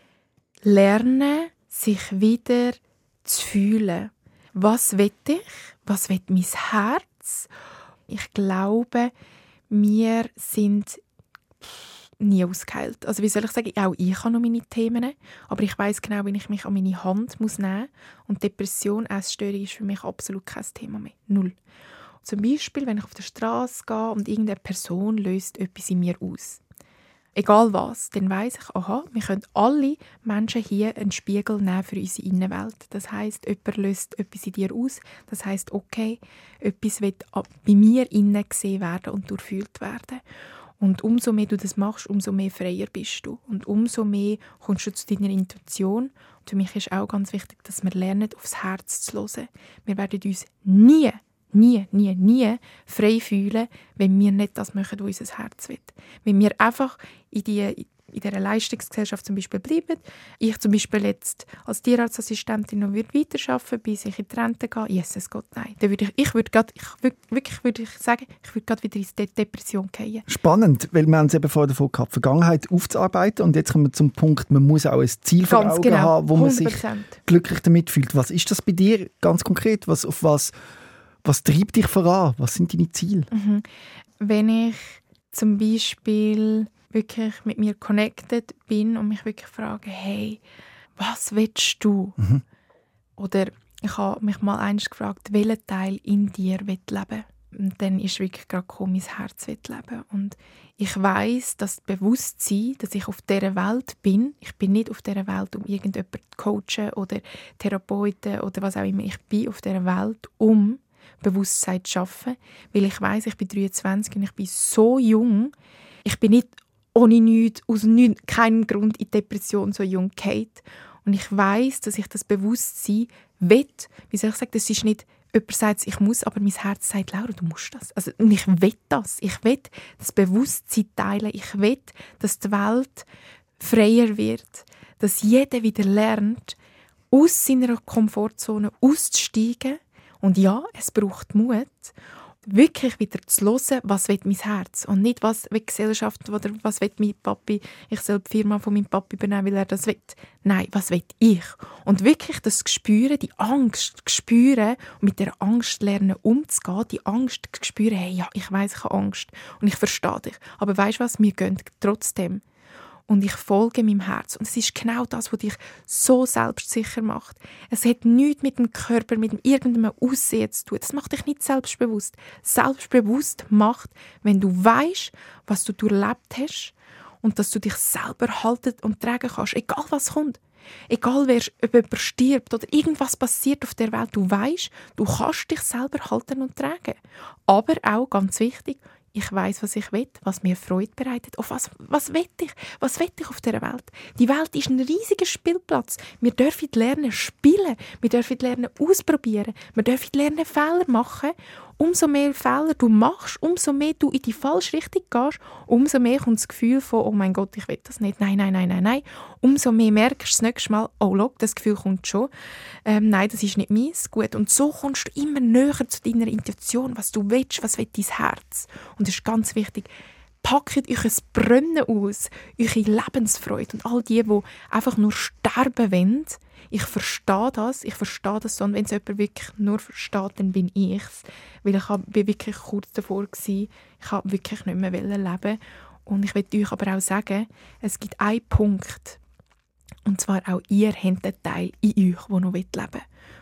Speaker 4: lernen, sich wieder zu fühlen. Was will ich? Was will mein Herz? Ich glaube, wir sind nie ausgeheilt. Also wie soll ich sagen, auch ich habe noch meine Themen, aber ich weiss genau, wie ich mich an meine Hand muss nehmen muss. Und Depression, Essstörung ist für mich absolut kein Thema mehr. Null. Zum Beispiel, wenn ich auf der Straße gehe und irgendeine Person löst etwas in mir aus. Egal was, dann weiss ich, aha, wir können alle Menschen hier einen Spiegel nehmen für unsere Innenwelt. Das heisst, jemand löst etwas in dir aus. Das heisst, okay, etwas wird bei mir innen gesehen werden und durchfühlt werden. Und umso mehr du das machst, umso mehr freier bist du. Und umso mehr kommst du zu deiner Intuition. Und für mich ist auch ganz wichtig, dass wir lernen, aufs Herz zu hören. Wir werden uns nie frei fühlen, wenn wir nicht das machen, was unser Herz will. Wenn wir einfach in die in dieser Leistungsgesellschaft zum Beispiel bleiben. Ich zum Beispiel jetzt als Tierarztassistentin noch weiterarbeiten, bis ich in die Rente gehe. Jesus Gott, nein. Dann würde ich würde sagen, ich würde gerade wieder in die Depression fallen.
Speaker 3: Spannend, weil wir haben es eben vorher davon gehabt, Vergangenheit aufzuarbeiten und jetzt kommen wir zum Punkt, man muss auch ein Ziel vor Augen haben, wo man sich glücklich damit fühlt. Was ist das bei dir ganz konkret? Was treibt dich voran? Was sind deine Ziele?
Speaker 4: Wenn ich zum Beispiel wirklich mit mir connected bin und mich wirklich frage, hey, was willst du? Oder ich habe mich mal einmal gefragt, welcher Teil in dir will leben? Und dann ist wirklich gerade gekommen, mein Herz will leben. Und ich weiss, dass das Bewusstsein, dass ich auf dieser Welt bin, ich bin nicht auf dieser Welt, um irgendjemanden zu coachen oder Therapeuten oder was auch immer. Ich bin auf dieser Welt, um Bewusstsein zu schaffen, weil ich weiss, ich bin 23 und ich bin so jung. Ich bin nicht ohne nichts, aus keinem Grund in Depression so jung gefallen. Und ich weiss, dass ich das Bewusstsein will. Wie soll ich sagen, das ist nicht, jemand sagt, ich muss, aber mein Herz sagt, Laura, du musst das. Also, und ich will das. Ich will das Bewusstsein teilen. Ich will, dass die Welt freier wird. Dass jeder wieder lernt, aus seiner Komfortzone auszusteigen. Und ja, es braucht Mut, wirklich wieder zu hören, was will mein Herz und nicht, was will die Gesellschaft oder was will mein Papi, ich soll die Firma von meinem Papi übernehmen, weil er das will. Nein, was will ich? Und wirklich das spüren, die Angst spüren und mit der Angst lernen umzugehen, die Angst spüren, hey, ja, ich weiss, ich habe Angst und ich verstehe dich. Aber weisst du was, wir gehen trotzdem. Und ich folge meinem Herz. Und es ist genau das, was dich so selbstsicher macht. Es hat nichts mit dem Körper, mit irgendeinem Aussehen zu tun. Das macht dich nicht selbstbewusst. Selbstbewusst macht, wenn du weißt, was du durchlebt hast und dass du dich selber halten und tragen kannst, egal was kommt. Egal, ob jemand stirbt oder irgendwas passiert auf der Welt, du weißt, du kannst dich selber halten und tragen. Aber auch, ganz wichtig, ich weiss, was ich will, was mir Freude bereitet. Auf was will ich? Was will ich auf dieser Welt? Die Welt ist ein riesiger Spielplatz. Wir dürfen lernen spielen. Wir dürfen lernen ausprobieren. Wir dürfen lernen Fehler machen. Umso mehr Fehler du machst, umso mehr du in die falsche Richtung gehst, umso mehr kommt das Gefühl von, oh mein Gott, ich will das nicht. Nein. Umso mehr merkst du das nächste Mal, oh look, das Gefühl kommt schon. Nein, das ist nicht meins. Gut. Und so kommst du immer näher zu deiner Intuition, was du willst, was will dein Herz. Und das ist ganz wichtig. Packt euch ein Brennen aus, eure Lebensfreude. Und all die einfach nur sterben wollen, ich verstehe das so. Und wenn es jemand wirklich nur versteht, dann bin ich es. Weil ich bin wirklich kurz davor gewesen. Ich habe wirklich nicht mehr leben. Und ich will euch aber auch sagen, es gibt einen Punkt. Und zwar auch ihr habt einen Teil in euch, der noch leben will.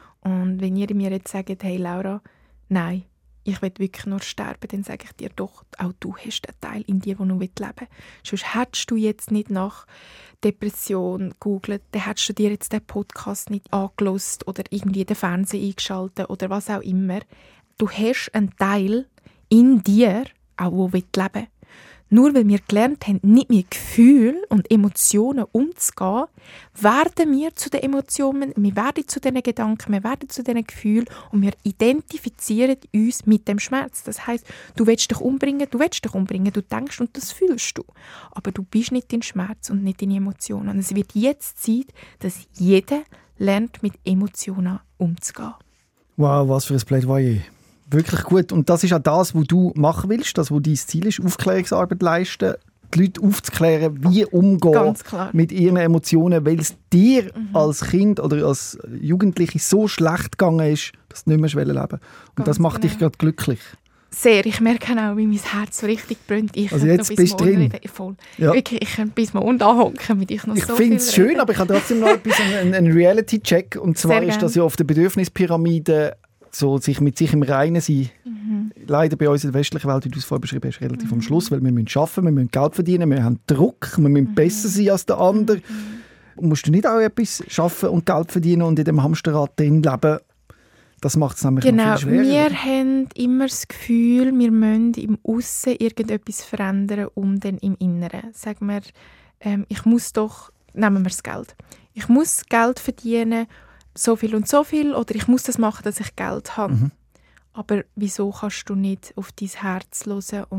Speaker 4: Und wenn ihr mir jetzt sagt, hey Laura, nein, ich will wirklich nur sterben, dann sage ich dir doch, auch du hast einen Teil in dir, der noch leben will. Sonst hättest du jetzt nicht nach Depression gegoogelt, dann hättest du dir jetzt den Podcast nicht angehört oder irgendwie den Fernseher eingeschaltet oder was auch immer. Du hast einen Teil in dir, auch der leben will. Nur weil wir gelernt haben, nicht mit Gefühlen und Emotionen umzugehen, werden wir zu den Emotionen, wir werden zu diesen Gedanken, wir werden zu diesen Gefühlen und wir identifizieren uns mit dem Schmerz. Das heisst, du willst dich umbringen, du denkst und das fühlst du. Aber du bist nicht dein Schmerz und nicht deine Emotionen. Und es wird jetzt Zeit, dass jeder lernt, mit Emotionen umzugehen.
Speaker 3: Wow, was für ein Plädoyer. Wirklich gut. Und das ist auch das, was du machen willst, das, was dein Ziel ist, Aufklärungsarbeit leisten, die Leute aufzuklären, wie umgehen mit ihren Emotionen, weil es dir als Kind oder als Jugendliche so schlecht gegangen ist, dass du nicht mehr leben willst. Und das macht dich gerade glücklich.
Speaker 4: Sehr. Ich merke auch, wie mein Herz so richtig brennt. Ich
Speaker 3: also jetzt bist du drin.
Speaker 4: Voll. Ja. Wirklich, ich könnte bis morgen anhocken, mit ich noch
Speaker 3: ich
Speaker 4: so
Speaker 3: finde es schön, aber ich habe trotzdem noch einen Reality-Check. Und zwar ist das ja auf der Bedürfnispyramide so sich mit sich im Reinen sein. Leider bei uns in der westlichen Welt, wie du es vorher beschrieben hast, relativ am Schluss, weil wir müssen arbeiten, wir müssen Geld verdienen, wir haben Druck, wir müssen besser sein als der andere. Musst du nicht auch etwas arbeiten und Geld verdienen und in dem Hamsterrad drin leben? Das macht es nämlich noch viel schwerer.
Speaker 4: Wir haben immer das Gefühl, wir müssen im Aussen irgendetwas verändern, um dann im Inneren. Sagen wir, ich muss doch, nehmen wir das Geld. Ich muss Geld verdienen, so viel und so viel, oder ich muss das machen, dass ich Geld habe. Aber wieso kannst du nicht auf dein Herz hören und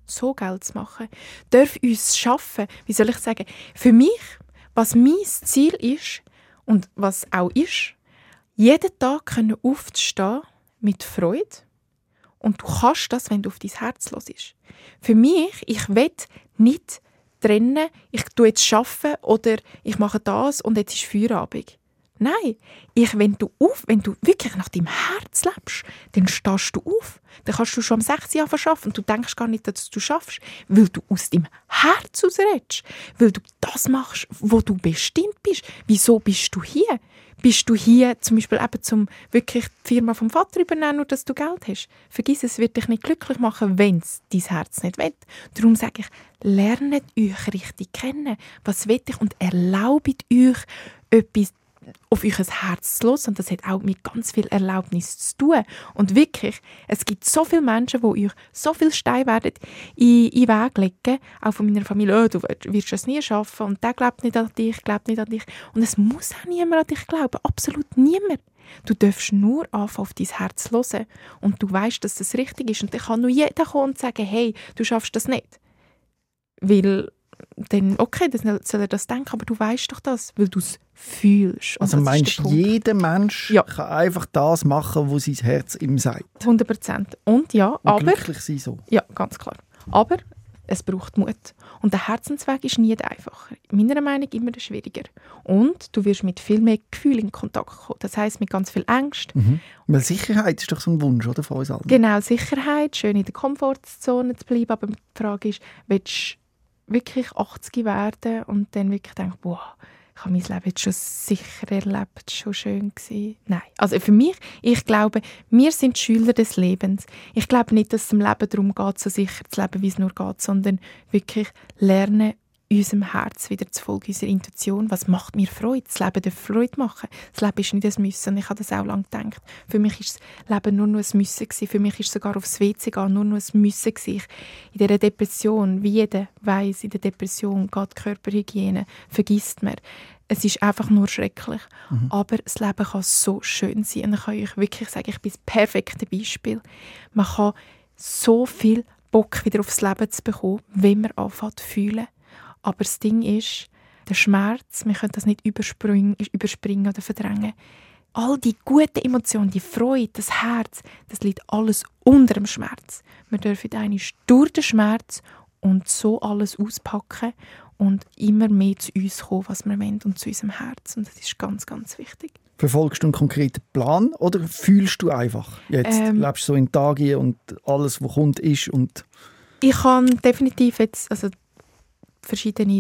Speaker 4: so Geld zu machen, darf uns schaffen, wie soll ich sagen, für mich, was mein Ziel ist und was auch ist, jeden Tag können aufzustehen mit Freude. Und du kannst das, wenn du auf dein Herz hörst. Für mich, ich will nicht trennen, ich tue jetzt arbeiten oder ich mache das und jetzt ist Feierabend. Nein, wenn du wirklich nach deinem Herz lebst, dann stehst du auf. Dann kannst du schon um 6 Uhr arbeiten und du denkst gar nicht, dass du schaffst, weil du aus deinem Herz heraus redest, weil du das machst, wo du bestimmt bist. Wieso bist du hier? Bist du hier zum Beispiel eben zum wirklich die Firma vom Vater übernehmen, nur dass du Geld hast? Vergiss es, wird dich nicht glücklich machen, wenn es dein Herz nicht will. Darum sage ich, lernet euch richtig kennen. Was will ich? Und erlaubt euch etwas auf euer Herz zu hören. Und das hat auch mit ganz viel Erlaubnis zu tun. Und wirklich, es gibt so viele Menschen, die euch so viel Steine werden in den Weg legen, auch von meiner Familie, oh, du wirst es nie schaffen und der glaubt nicht an dich, glaubt nicht an dich. Und es muss auch niemand an dich glauben, absolut niemand. Du darfst nur anfangen, auf dein Herz zu hören. Und du weißt, dass das richtig ist. Und dann kann nur jeder kommen und sagen, hey, du schaffst das nicht. Weil dann, okay, dann soll er das denken, aber du weißt doch das, weil du es fühlst.
Speaker 3: Also meinst du, jeder Mensch kann einfach das machen, was sein Herz ihm sagt?
Speaker 4: 100%. Und ja,
Speaker 3: und
Speaker 4: aber...
Speaker 3: glücklich sein so?
Speaker 4: Ja, ganz klar. Aber es braucht Mut. Und der Herzensweg ist nie der einfacher. Meiner Meinung nach immer der schwieriger. Und du wirst mit viel mehr Gefühlen in Kontakt kommen. Das heisst, mit ganz viel Angst.
Speaker 3: Mhm. Weil Sicherheit ist doch so ein Wunsch, oder, von uns allen?
Speaker 4: Genau, Sicherheit, schön in der Komfortzone zu bleiben. Aber die Frage ist, willst du wirklich 80 werden und dann wirklich denken, boah, ich habe mein Leben jetzt schon sicher erlebt, schon schön gewesen. Nein, also für mich, ich glaube, wir sind Schüler des Lebens. Ich glaube nicht, dass es im Leben darum geht, so sicher zu leben, wie es nur geht, sondern wirklich lernen, unserem Herz wieder zu folgen, unserer Intuition. Was macht mir Freude? Das Leben darf Freude machen. Das Leben ist nicht ein Müssen. Und ich habe das auch lange gedacht. Für mich war das Leben nur noch ein Müssen gewesen. Für mich war es sogar aufs WC gehen nur noch ein Müssen gewesen. In dieser Depression, wie jeder weiss, in der Depression geht die Körperhygiene, vergisst man. Es ist einfach nur schrecklich. Mhm. Aber das Leben kann so schön sein. Und ich kann euch wirklich sagen, ich bin das perfekte Beispiel. Man kann so viel Bock wieder aufs Leben zu bekommen, wenn man anfängt zu fühlen. Aber das Ding ist, der Schmerz, wir können das nicht überspringen oder verdrängen. All die guten Emotionen, die Freude, das Herz, das liegt alles unter dem Schmerz. Wir dürfen einmal durch den Schmerz und so alles auspacken und immer mehr zu uns kommen, was wir wollen, und zu unserem Herz. Und das ist ganz, ganz wichtig.
Speaker 3: Verfolgst du einen konkreten Plan oder fühlst du einfach? Jetzt lebst du so in Tagen und alles, was kommt, ist und...
Speaker 4: Ich habe definitiv jetzt... verschiedene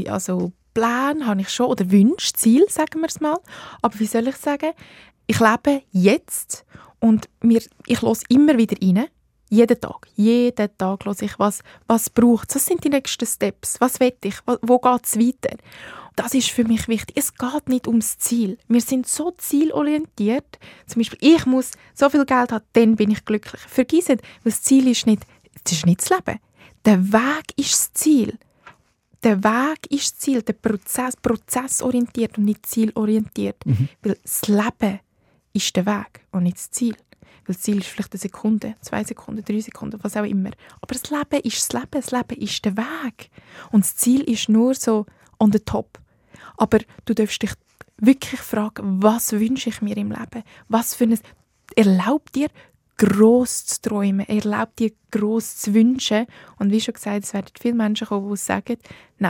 Speaker 4: Pläne habe ich schon, oder Wünsche, Ziele, sagen wir es mal. Aber wie soll ich sagen, ich lebe jetzt und ich höre immer wieder rein. Jeden Tag höre ich, was braucht es, was sind die nächsten Steps, was will ich, wo geht es weiter. Das ist für mich wichtig. Es geht nicht ums Ziel. Wir sind so zielorientiert. Zum Beispiel, ich muss so viel Geld haben, dann bin ich glücklich. Vergiss nicht, das Ziel ist nicht das Leben. Der Weg ist das Ziel. Der Weg ist das Ziel, der prozessorientiert und nicht zielorientiert. Mhm. Weil das Leben ist der Weg und nicht das Ziel. Weil das Ziel ist vielleicht 1 Sekunde, 2 Sekunden, 3 Sekunden, was auch immer. Aber das Leben ist das Leben, das Leben ist der Weg. Und das Ziel ist nur so on the top. Aber du darfst dich wirklich fragen, was wünsche ich mir im Leben? Was für ein... Erlaub dir, gross zu träumen, erlaubt dir gross zu wünschen. Und wie schon gesagt, es werden viele Menschen kommen, die sagen, nein,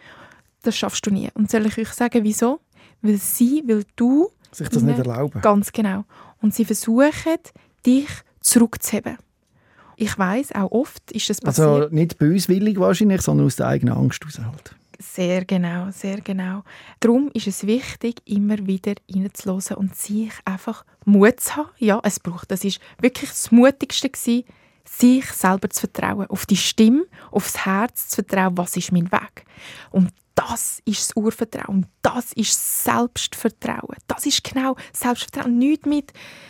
Speaker 4: das schaffst du nie. Und soll ich euch sagen, wieso? Weil du...
Speaker 3: sich das nicht erlauben.
Speaker 4: Ganz genau. Und sie versuchen, dich zurückzuheben. Ich weiss, auch oft ist das passiert.
Speaker 3: Also nicht böswillig wahrscheinlich, sondern aus der eigenen Angst heraus halt.
Speaker 4: Sehr genau, sehr genau. Darum ist es wichtig, immer wieder reinzuhören und sich einfach Mut zu haben. Ja, es braucht. Das ist wirklich das Mutigste gewesen, sich selber zu vertrauen. Auf die Stimme, aufs Herz zu vertrauen, was ist mein Weg. Und das ist das Urvertrauen. Das ist das Selbstvertrauen. Das ist genau Selbstvertrauen. Nichts mit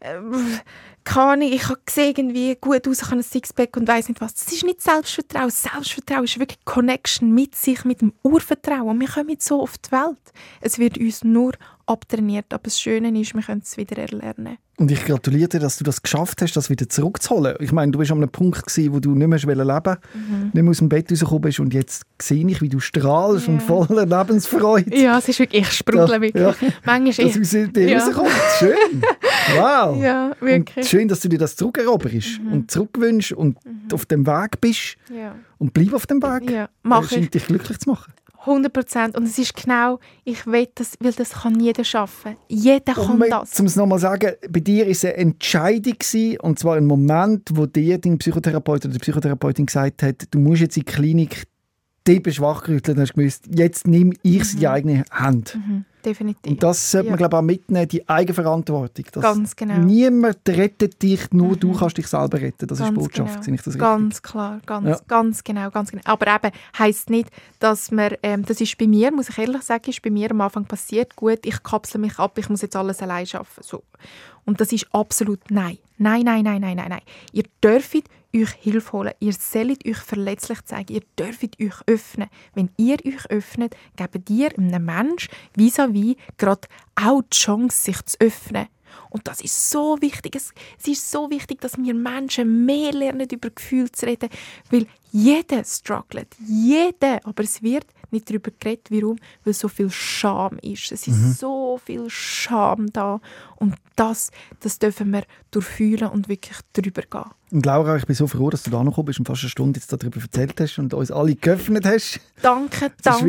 Speaker 4: keine Ahnung, ich habe gesehen, irgendwie gut aus, ich habe ein Sixpack und weiss nicht was. Das ist nicht Selbstvertrauen. Selbstvertrauen ist wirklich Connection mit sich, mit dem Urvertrauen. Wir kommen so auf die Welt. Es wird uns nur abtrainiert, aber das Schöne ist, wir können es wieder erlernen.
Speaker 3: Und ich gratuliere dir, dass du das geschafft hast, das wieder zurückzuholen. Ich meine, du warst an einem Punkt gewesen, wo du nicht mehr leben wolltest, nicht mehr aus dem Bett rausgekommen bist und jetzt sehe ich, wie du strahlst und voller Lebensfreude.
Speaker 4: Ja, es ist wirklich, ich sprudle wirklich. Ja. Manchmal
Speaker 3: dass aus dir rauskommt. Schön. Wow.
Speaker 4: Ja, wirklich.
Speaker 3: Und schön, dass du dir das zurückeroberst und zurückwünschst und auf dem Weg bist.
Speaker 4: Ja.
Speaker 3: Und bleib auf dem Weg.
Speaker 4: Ja,
Speaker 3: das scheint dich glücklich zu machen.
Speaker 4: 100%. Und es ist genau, ich will das, weil das kann jeder schaffen. Jeder kann das.
Speaker 3: Um es nochmal zu sagen, bei dir war es eine Entscheidung gewesen, und zwar ein Moment, wo dir dein Psychotherapeut oder die Psychotherapeutin gesagt hat, du musst jetzt in die Klinik, du bist wachgerüttelt und hast gewusst, jetzt nehme ich es in die eigene Hand.
Speaker 4: Definitiv.
Speaker 3: Und das sollte man, glaube ich, auch mitnehmen, die Eigenverantwortung.
Speaker 4: Ganz genau.
Speaker 3: Niemand rettet dich, nur du kannst dich selber retten. Das ist Botschaft,
Speaker 4: genau.
Speaker 3: ich das richtig?
Speaker 4: Ganz klar, ganz genau. Aber eben heisst nicht, dass man, das ist bei mir, muss ich ehrlich sagen, ist bei mir am Anfang passiert, gut, ich kapsle mich ab, ich muss jetzt alles allein schaffen. So. Und das ist absolut nein. Nein. Ihr dürft euch Hilfe holen. Ihr sollt euch verletzlich zeigen. Ihr dürft euch öffnen. Wenn ihr euch öffnet, gebt ihr einem Menschen vis-à-vis gerade auch die Chance, sich zu öffnen. Und das ist so wichtig. Es ist so wichtig, dass wir Menschen mehr lernen, über Gefühle zu reden. Weil jeder struggelt. Jeder. Aber es wird nicht darüber geredet. Warum? Weil so viel Scham ist. Es ist so viel Scham da. Und das dürfen wir durchfühlen und wirklich drüber gehen.
Speaker 3: Und Laura, ich bin so froh, dass du da noch gekommen bist und fast eine Stunde jetzt darüber erzählt hast und uns alle geöffnet hast.
Speaker 4: Danke.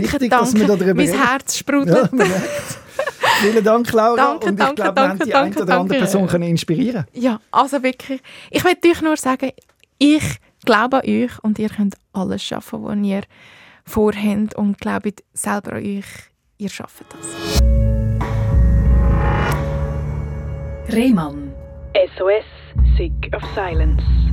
Speaker 3: Mein
Speaker 4: Herz sprudelt.
Speaker 3: Ja, vielen Dank, Laura.
Speaker 4: Danke,
Speaker 3: und ich glaube, wir haben die eine oder andere Person können inspirieren.
Speaker 4: Ja, also wirklich. Ich möchte euch nur sagen, ich glaube an euch und ihr könnt alles schaffen, was ihr vorhabt, und glaubt selber an euch, ihr schafft das.
Speaker 2: Rehmann. SOS, Sick of Silence.